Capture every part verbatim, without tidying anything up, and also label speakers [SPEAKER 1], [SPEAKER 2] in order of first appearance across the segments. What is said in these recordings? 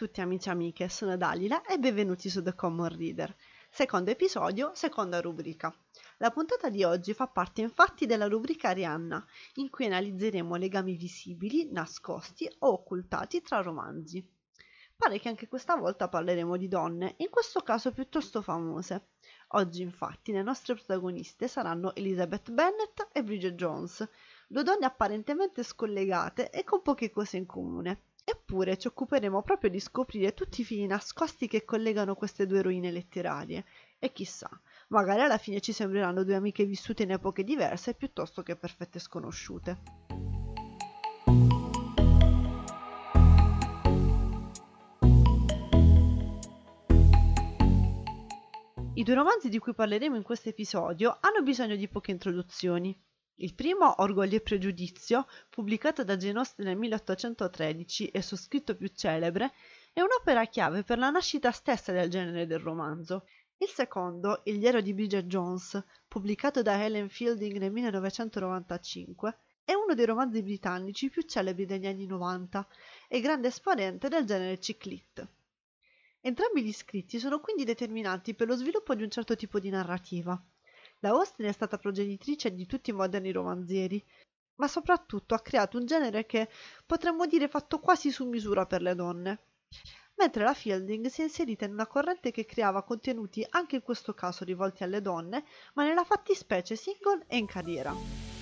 [SPEAKER 1] tutti amici e amiche, sono Dalila e benvenuti su The Common Reader. Secondo episodio, seconda rubrica. La puntata di oggi fa parte infatti della rubrica Arianna, in cui analizzeremo legami visibili, nascosti o occultati tra romanzi. Pare che anche questa volta parleremo di donne, in questo caso piuttosto famose. Oggi infatti le nostre protagoniste saranno Elizabeth Bennet e Bridget Jones, due donne apparentemente scollegate e con poche cose in comune. Eppure ci occuperemo proprio di scoprire tutti i fili nascosti che collegano queste due eroine letterarie. E chissà, magari alla fine ci sembreranno due amiche vissute in epoche diverse piuttosto che perfette sconosciute. I due romanzi di cui parleremo in questo episodio hanno bisogno di poche introduzioni. Il primo, Orgoglio e Pregiudizio, pubblicato da Jane Austen nel milleottocentotredici e suo scritto più celebre, è un'opera chiave per la nascita stessa del genere del romanzo. Il secondo, Il diario di Bridget Jones, pubblicato da Helen Fielding nel millenovecentonovantacinque, è uno dei romanzi britannici più celebri degli anni novanta e grande esponente del genere chick lit. Entrambi gli scritti sono quindi determinanti per lo sviluppo di un certo tipo di narrativa. La Austen è stata progenitrice di tutti i moderni romanzieri, ma soprattutto ha creato un genere che potremmo dire fatto quasi su misura per le donne, mentre la Fielding si è inserita in una corrente che creava contenuti anche in questo caso rivolti alle donne, ma nella fattispecie single e in carriera.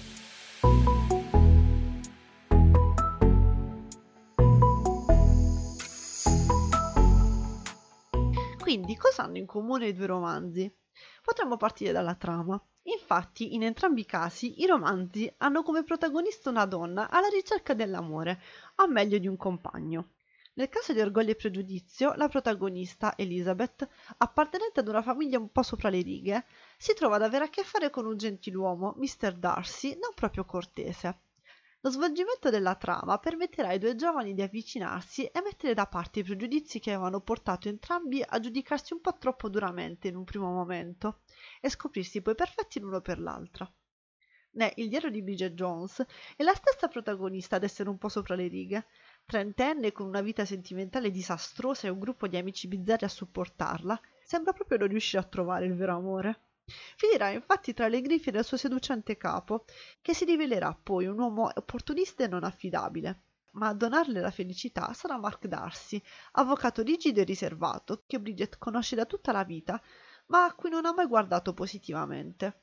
[SPEAKER 1] Quindi, cosa hanno in comune i due romanzi? Potremmo partire dalla trama. Infatti, in entrambi i casi, i romanzi hanno come protagonista una donna alla ricerca dell'amore, o meglio di un compagno. Nel caso di Orgoglio e Pregiudizio, la protagonista, Elizabeth, appartenente ad una famiglia un po' sopra le righe, si trova ad avere a che fare con un gentiluomo, mister Darcy, non proprio cortese. Lo svolgimento della trama permetterà ai due giovani di avvicinarsi e mettere da parte i pregiudizi che avevano portato entrambi a giudicarsi un po' troppo duramente in un primo momento e scoprirsi poi perfetti l'uno per l'altra. Né, il diario di Bridget Jones è la stessa protagonista ad essere un po' sopra le righe, trentenne con una vita sentimentale disastrosa e un gruppo di amici bizzarri a supportarla, sembra proprio non riuscire a trovare il vero amore. Finirà infatti tra le grinfie del suo seducente capo, che si rivelerà poi un uomo opportunista e non affidabile. Ma a donarle la felicità sarà Mark Darcy, avvocato rigido e riservato, che Bridget conosce da tutta la vita, ma a cui non ha mai guardato positivamente.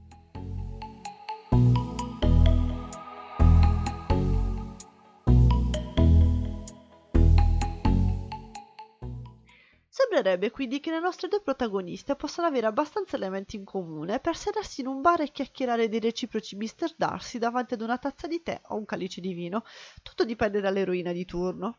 [SPEAKER 1] Sembrerebbe quindi che le nostre due protagoniste possano avere abbastanza elementi in comune per sedersi in un bar e chiacchierare dei reciproci mister Darcy davanti ad una tazza di tè o un calice di vino, tutto dipende dall'eroina di turno.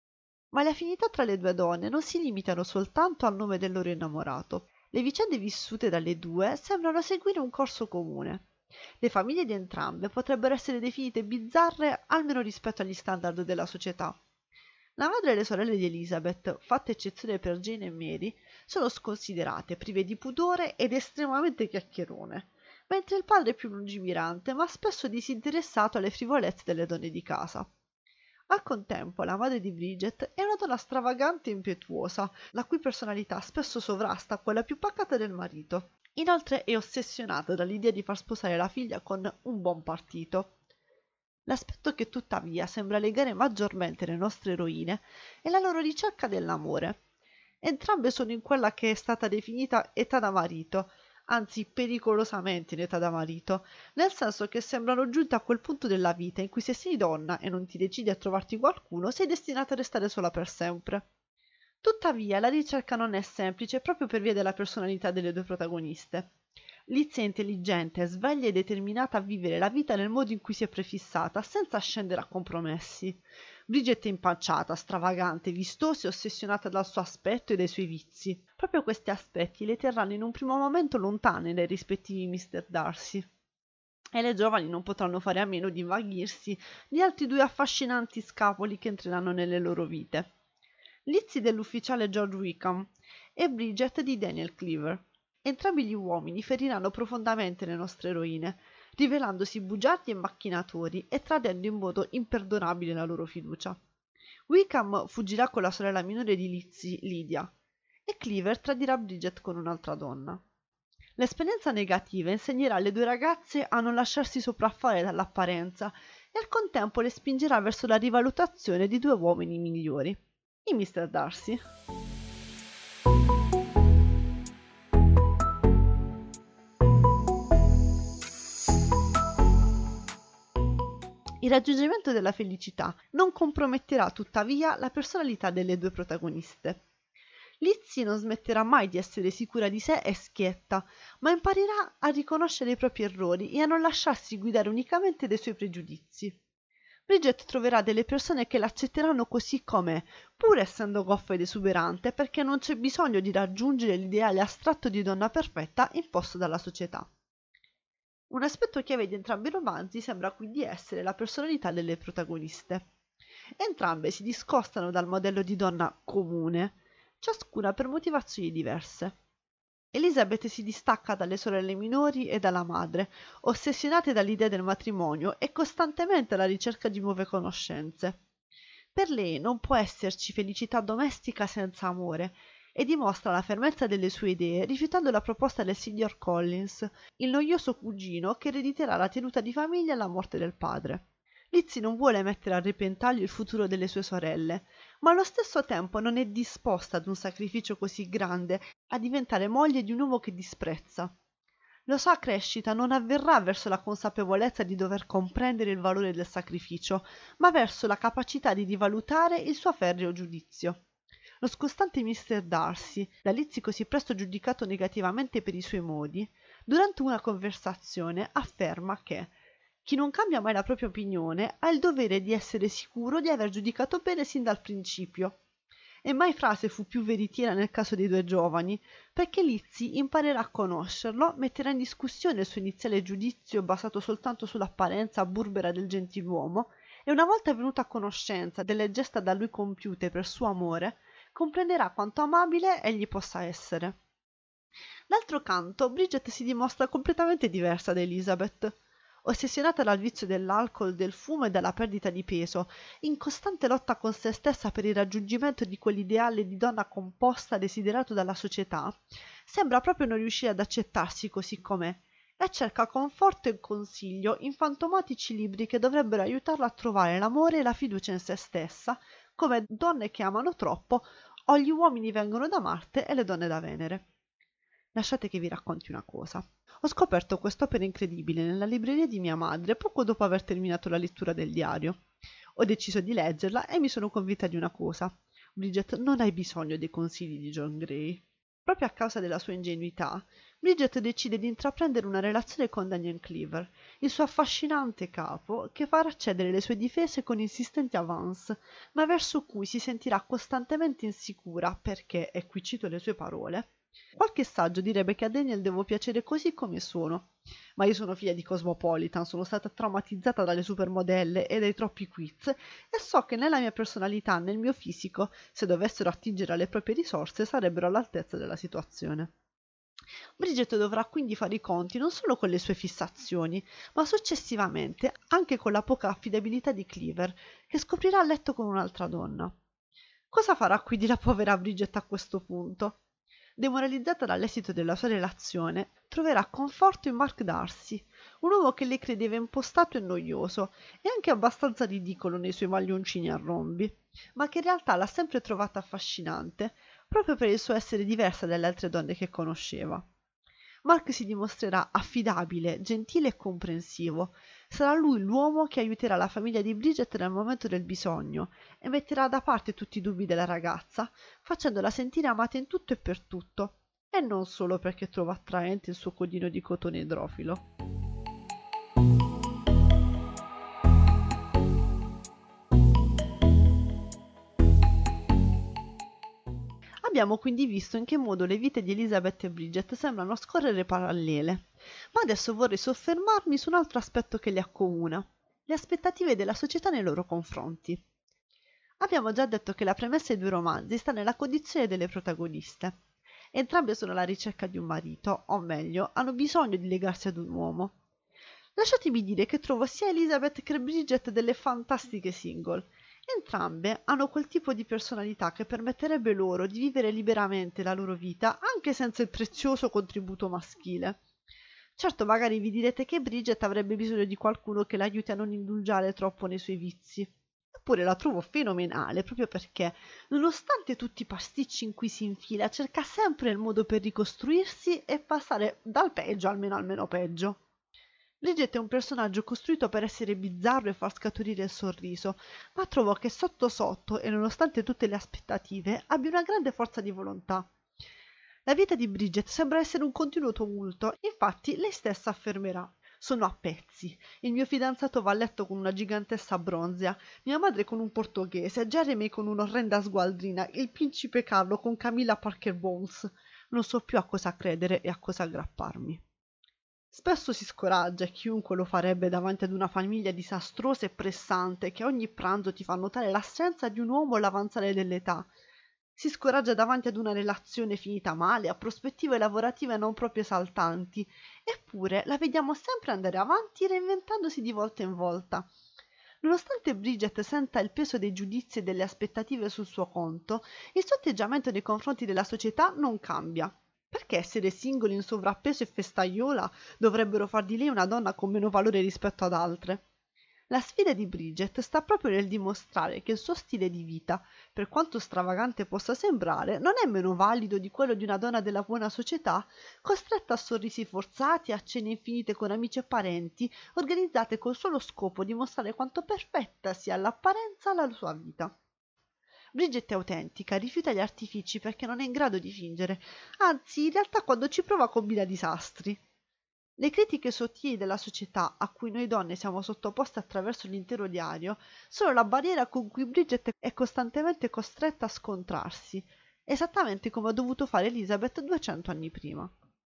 [SPEAKER 1] Ma le affinità tra le due donne non si limitano soltanto al nome del loro innamorato. Le vicende vissute dalle due sembrano seguire un corso comune. Le famiglie di entrambe potrebbero essere definite bizzarre almeno rispetto agli standard della società. La madre e le sorelle di Elizabeth, fatta eccezione per Jane e Mary, sono sconsiderate, prive di pudore ed estremamente chiacchierone, mentre il padre è più lungimirante, ma spesso disinteressato alle frivolezze delle donne di casa. Al contempo, la madre di Bridget è una donna stravagante e impetuosa, la cui personalità spesso sovrasta quella più pacata del marito. Inoltre è ossessionata dall'idea di far sposare la figlia con un buon partito. L'aspetto che tuttavia sembra legare maggiormente le nostre eroine è la loro ricerca dell'amore. Entrambe sono in quella che è stata definita età da marito, anzi pericolosamente in età da marito, nel senso che sembrano giunte a quel punto della vita in cui se sei donna e non ti decidi a trovarti qualcuno, sei destinata a restare sola per sempre. Tuttavia la ricerca non è semplice proprio per via della personalità delle due protagoniste. Liz è intelligente, sveglia e determinata a vivere la vita nel modo in cui si è prefissata, senza scendere a compromessi. Bridget è impanciata, stravagante, vistosa e ossessionata dal suo aspetto e dai suoi vizi. Proprio questi aspetti le terranno in un primo momento lontane dai rispettivi mister Darcy. E le giovani non potranno fare a meno di invaghirsi di altri due affascinanti scapoli che entreranno nelle loro vite. Liz dell'ufficiale George Wickham e Bridget di Daniel Cleaver. Entrambi gli uomini feriranno profondamente le nostre eroine, rivelandosi bugiardi e macchinatori e tradendo in modo imperdonabile la loro fiducia. Wickham fuggirà con la sorella minore di Lizzie, Lydia, e Cleaver tradirà Bridget con un'altra donna. L'esperienza negativa insegnerà alle due ragazze a non lasciarsi sopraffare dall'apparenza e al contempo le spingerà verso la rivalutazione di due uomini migliori, i mister Darcy. Il raggiungimento della felicità non comprometterà tuttavia la personalità delle due protagoniste. Lizzie non smetterà mai di essere sicura di sé e schietta, ma imparerà a riconoscere i propri errori e a non lasciarsi guidare unicamente dai suoi pregiudizi. Bridget troverà delle persone che l'accetteranno così com'è, pur essendo goffa ed esuberante, perché non c'è bisogno di raggiungere l'ideale astratto di donna perfetta imposto dalla società. Un aspetto chiave di entrambi i romanzi sembra quindi essere la personalità delle protagoniste. Entrambe si discostano dal modello di donna comune, ciascuna per motivazioni diverse. Elizabeth si distacca dalle sorelle minori e dalla madre, ossessionate dall'idea del matrimonio e costantemente alla ricerca di nuove conoscenze. Per lei non può esserci felicità domestica senza amore e dimostra la fermezza delle sue idee rifiutando la proposta del signor Collins, il noioso cugino che erediterà la tenuta di famiglia alla morte del padre. Lizzie non vuole mettere a repentaglio il futuro delle sue sorelle, ma allo stesso tempo non è disposta ad un sacrificio così grande, a diventare moglie di un uomo che disprezza. La sua crescita non avverrà verso la consapevolezza di dover comprendere il valore del sacrificio, ma verso la capacità di rivalutare il suo ferreo giudizio. Lo scostante mister Darcy, da Lizzie così presto giudicato negativamente per i suoi modi, durante una conversazione afferma che chi non cambia mai la propria opinione ha il dovere di essere sicuro di aver giudicato bene sin dal principio. E mai frase fu più veritiera nel caso dei due giovani, perché Lizzie imparerà a conoscerlo, metterà in discussione il suo iniziale giudizio basato soltanto sull'apparenza burbera del gentiluomo, e una volta venuta a conoscenza delle gesta da lui compiute per suo amore, comprenderà quanto amabile egli possa essere. D'altro canto, Bridget si dimostra completamente diversa da Elizabeth. Ossessionata dal vizio dell'alcol, del fumo e dalla perdita di peso, in costante lotta con se stessa per il raggiungimento di quell'ideale di donna composta desiderato dalla società, sembra proprio non riuscire ad accettarsi così com'è e cerca conforto e consiglio in fantomatici libri che dovrebbero aiutarla a trovare l'amore e la fiducia in se stessa, come Donne che amano troppo o Gli uomini vengono da Marte e le donne da Venere. Lasciate che vi racconti una cosa. Ho scoperto quest'opera incredibile nella libreria di mia madre poco dopo aver terminato la lettura del diario. Ho deciso di leggerla e mi sono convinta di una cosa. Bridget non hai bisogno dei consigli di John Gray. Proprio a causa della sua ingenuità, Bridget decide di intraprendere una relazione con Daniel Cleaver, il suo affascinante capo che farà cedere le sue difese con insistenti avance, ma verso cui si sentirà costantemente insicura perché, e qui cito le sue parole, qualche saggio direbbe che a Daniel devo piacere così come sono, ma io sono figlia di Cosmopolitan, sono stata traumatizzata dalle supermodelle e dai troppi quiz e so che nella mia personalità, nel mio fisico, se dovessero attingere alle proprie risorse, sarebbero all'altezza della situazione. Bridget dovrà quindi fare i conti non solo con le sue fissazioni, ma successivamente anche con la poca affidabilità di Cleaver, che scoprirà a letto con un'altra donna. Cosa farà quindi la povera Bridget a questo punto? Demoralizzata dall'esito della sua relazione, troverà conforto in Mark Darcy, un uomo che lei credeva impostato e noioso e anche abbastanza ridicolo nei suoi maglioncini a rombi, ma che in realtà l'ha sempre trovata affascinante, proprio per il suo essere diversa dalle altre donne che conosceva. Mark si dimostrerà affidabile, gentile e comprensivo. Sarà lui l'uomo che aiuterà la famiglia di Bridget nel momento del bisogno e metterà da parte tutti i dubbi della ragazza, facendola sentire amata in tutto e per tutto, e non solo perché trova attraente il suo codino di cotone idrofilo. Abbiamo quindi visto in che modo le vite di Elizabeth e Bridget sembrano scorrere parallele, ma adesso vorrei soffermarmi su un altro aspetto che le accomuna, le aspettative della società nei loro confronti. Abbiamo già detto che la premessa dei due romanzi sta nella condizione delle protagoniste. Entrambe sono alla ricerca di un marito, o meglio, hanno bisogno di legarsi ad un uomo. Lasciatemi dire che trovo sia Elizabeth che Bridget delle fantastiche single, Entrambe hanno quel tipo di personalità che permetterebbe loro di vivere liberamente la loro vita anche senza il prezioso contributo maschile. Certo, magari vi direte che Bridget avrebbe bisogno di qualcuno che l'aiuti a non indulgere troppo nei suoi vizi. Eppure la trovo fenomenale proprio perché, nonostante tutti i pasticci in cui si infila, cerca sempre il modo per ricostruirsi e passare dal peggio almeno al meno peggio. Bridget è un personaggio costruito per essere bizzarro e far scaturire il sorriso, ma trovo che sotto sotto, e nonostante tutte le aspettative, abbia una grande forza di volontà. La vita di Bridget sembra essere un continuo tumulto, infatti lei stessa affermerà: sono a pezzi. Il mio fidanzato va a letto con una gigantessa bronzea, mia madre con un portoghese, Jeremy con un'orrenda sgualdrina, il principe Carlo con Camilla Parker Bowles. Non so più a cosa credere e a cosa aggrapparmi. Spesso si scoraggia, e chiunque lo farebbe davanti ad una famiglia disastrosa e pressante che ogni pranzo ti fa notare l'assenza di un uomo all'avanzare dell'età. Si scoraggia davanti ad una relazione finita male, a prospettive lavorative non proprio esaltanti, eppure la vediamo sempre andare avanti reinventandosi di volta in volta. Nonostante Bridget senta il peso dei giudizi e delle aspettative sul suo conto, il suo atteggiamento nei confronti della società non cambia. Perché essere singoli in sovrappeso e festaiola dovrebbero far di lei una donna con meno valore rispetto ad altre? La sfida di Bridget sta proprio nel dimostrare che il suo stile di vita, per quanto stravagante possa sembrare, non è meno valido di quello di una donna della buona società, costretta a sorrisi forzati, a cene infinite con amici e parenti, organizzate col solo scopo di mostrare quanto perfetta sia all'apparenza la sua vita. Bridget è autentica, rifiuta gli artifici perché non è in grado di fingere, anzi in realtà quando ci prova combina disastri. Le critiche sottili della società a cui noi donne siamo sottoposte attraverso l'intero diario sono la barriera con cui Bridget è costantemente costretta a scontrarsi, esattamente come ha dovuto fare Elizabeth duecento anni prima.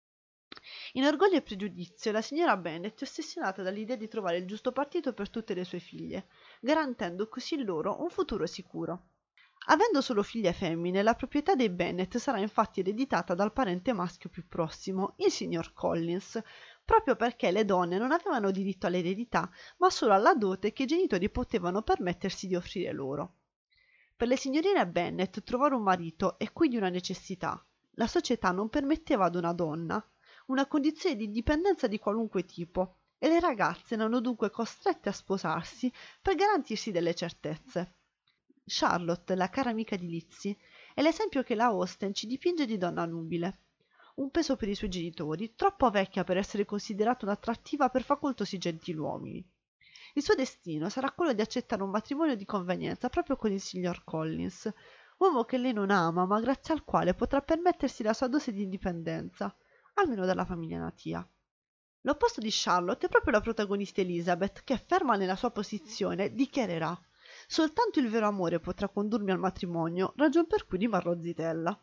[SPEAKER 1] In Orgoglio e Pregiudizio, la signora Bennet è ossessionata dall'idea di trovare il giusto partito per tutte le sue figlie, garantendo così loro un futuro sicuro. Avendo solo figlie femmine, la proprietà dei Bennet sarà infatti ereditata dal parente maschio più prossimo, il signor Collins, proprio perché le donne non avevano diritto all'eredità, ma solo alla dote che i genitori potevano permettersi di offrire loro. Per le signorine Bennet trovare un marito è quindi una necessità. La società non permetteva ad una donna una condizione di indipendenza di qualunque tipo, e le ragazze erano dunque costrette a sposarsi per garantirsi delle certezze. Charlotte, la cara amica di Lizzie, è l'esempio che la Austen ci dipinge di donna nubile. Un peso per i suoi genitori, troppo vecchia per essere considerata un'attrattiva per facoltosi gentiluomini. Il suo destino sarà quello di accettare un matrimonio di convenienza proprio con il signor Collins, uomo che lei non ama, ma grazie al quale potrà permettersi la sua dose di indipendenza, almeno dalla famiglia natia. L'opposto di Charlotte è proprio la protagonista Elizabeth, che, ferma nella sua posizione, dichiarerà: soltanto il vero amore potrà condurmi al matrimonio, ragion per cui rimarrò zitella.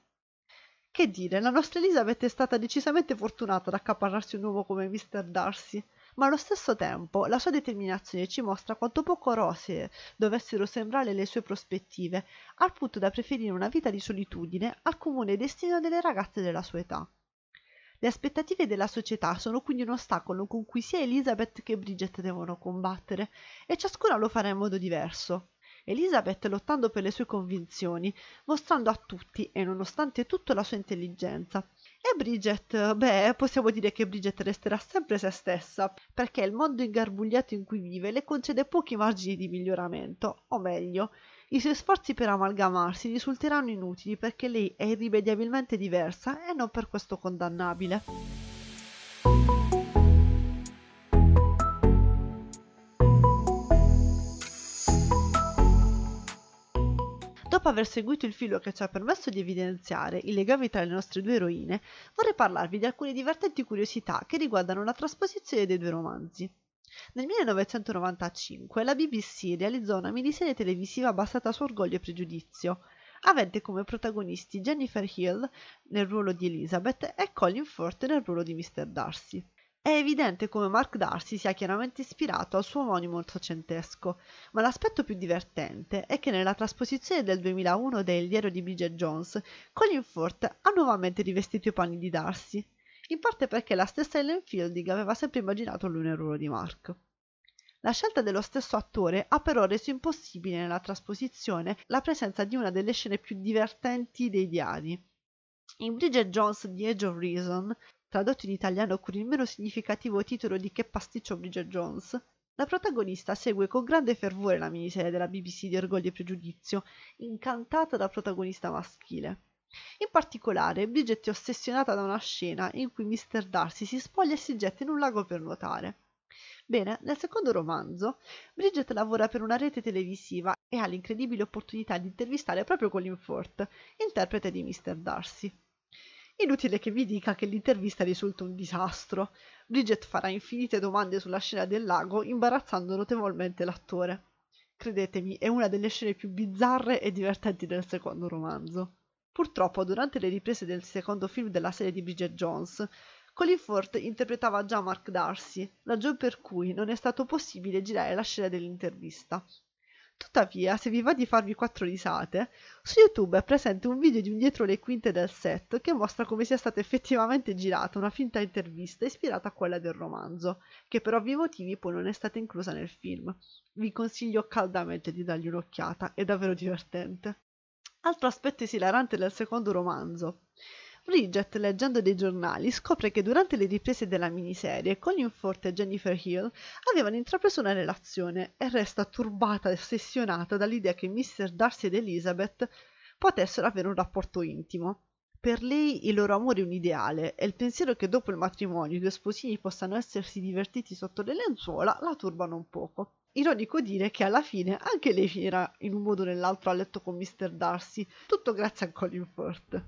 [SPEAKER 1] Che dire, la nostra Elizabeth è stata decisamente fortunata ad accaparrarsi un uomo come mister Darcy, ma allo stesso tempo la sua determinazione ci mostra quanto poco rosee dovessero sembrare le sue prospettive, al punto da preferire una vita di solitudine al comune destino delle ragazze della sua età. Le aspettative della società sono quindi un ostacolo con cui sia Elizabeth che Bridget devono combattere, e ciascuna lo farà in modo diverso. Elizabeth lottando per le sue convinzioni, mostrando a tutti e nonostante tutto la sua intelligenza. E Bridget, beh, possiamo dire che Bridget resterà sempre se stessa, perché il mondo ingarbugliato in cui vive le concede pochi margini di miglioramento, o meglio, i suoi sforzi per amalgamarsi risulteranno inutili perché lei è irrimediabilmente diversa e non per questo condannabile. Dopo aver seguito il filo che ci ha permesso di evidenziare i legami tra le nostre due eroine, vorrei parlarvi di alcune divertenti curiosità che riguardano la trasposizione dei due romanzi. Nel millenovecentonovantacinque la B B C realizzò una miniserie televisiva basata su Orgoglio e Pregiudizio, avente come protagonisti Jennifer Hill nel ruolo di Elizabeth e Colin Firth nel ruolo di mister Darcy. È evidente come Mark Darcy sia chiaramente ispirato al suo omonimo ottocentesco, ma l'aspetto più divertente è che nella trasposizione del duemilauno del Diario di Bridget Jones, Colin Firth ha nuovamente rivestito i panni di Darcy, in parte perché la stessa Ellen Fielding aveva sempre immaginato lui nel ruolo di Mark. La scelta dello stesso attore ha però reso impossibile nella trasposizione la presenza di una delle scene più divertenti dei diari. In Bridget Jones' The Age of Reason, tradotto in italiano con il meno significativo titolo di Che pasticcio Bridget Jones, la protagonista segue con grande fervore la miniserie della B B C di Orgoglio e Pregiudizio, incantata dal protagonista maschile. In particolare, Bridget è ossessionata da una scena in cui mister Darcy si spoglia e si getta in un lago per nuotare. Bene, nel secondo romanzo, Bridget lavora per una rete televisiva e ha l'incredibile opportunità di intervistare proprio Colin Firth, interprete di mister Darcy. Inutile che vi dica che l'intervista risulta un disastro. Bridget farà infinite domande sulla scena del lago, imbarazzando notevolmente l'attore. Credetemi, è una delle scene più bizzarre e divertenti del secondo romanzo. Purtroppo, durante le riprese del secondo film della serie di Bridget Jones, Colin Firth interpretava già Mark Darcy, ragion per cui non è stato possibile girare la scena dell'intervista. Tuttavia, se vi va di farvi quattro risate, su YouTube è presente un video di un dietro le quinte del set che mostra come sia stata effettivamente girata una finta intervista ispirata a quella del romanzo, che per ovvi motivi poi non è stata inclusa nel film. Vi consiglio caldamente di dargli un'occhiata, è davvero divertente. Altro aspetto esilarante del secondo romanzo. Bridget, leggendo dei giornali, scopre che durante le riprese della miniserie Colin Firth e Jennifer Hill avevano intrapreso una relazione e resta turbata e ossessionata dall'idea che mister Darcy ed Elizabeth potessero avere un rapporto intimo. Per lei il loro amore è un ideale e il pensiero che dopo il matrimonio i due sposini possano essersi divertiti sotto le lenzuola la turbano un poco. Ironico dire che alla fine anche lei finirà in un modo o nell'altro a letto con mister Darcy, tutto grazie a Colin Firth.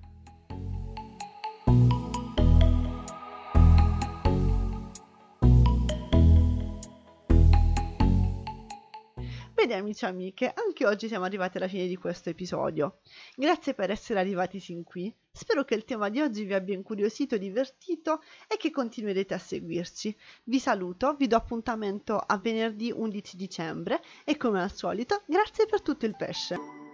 [SPEAKER 1] Bene amici e amiche, anche oggi siamo arrivati alla fine di questo episodio. Grazie per essere arrivati sin qui. Spero che il tema di oggi vi abbia incuriosito, divertito e che continuerete a seguirci. Vi saluto, vi do appuntamento a venerdì undici dicembre e come al solito, grazie per tutto il pesce.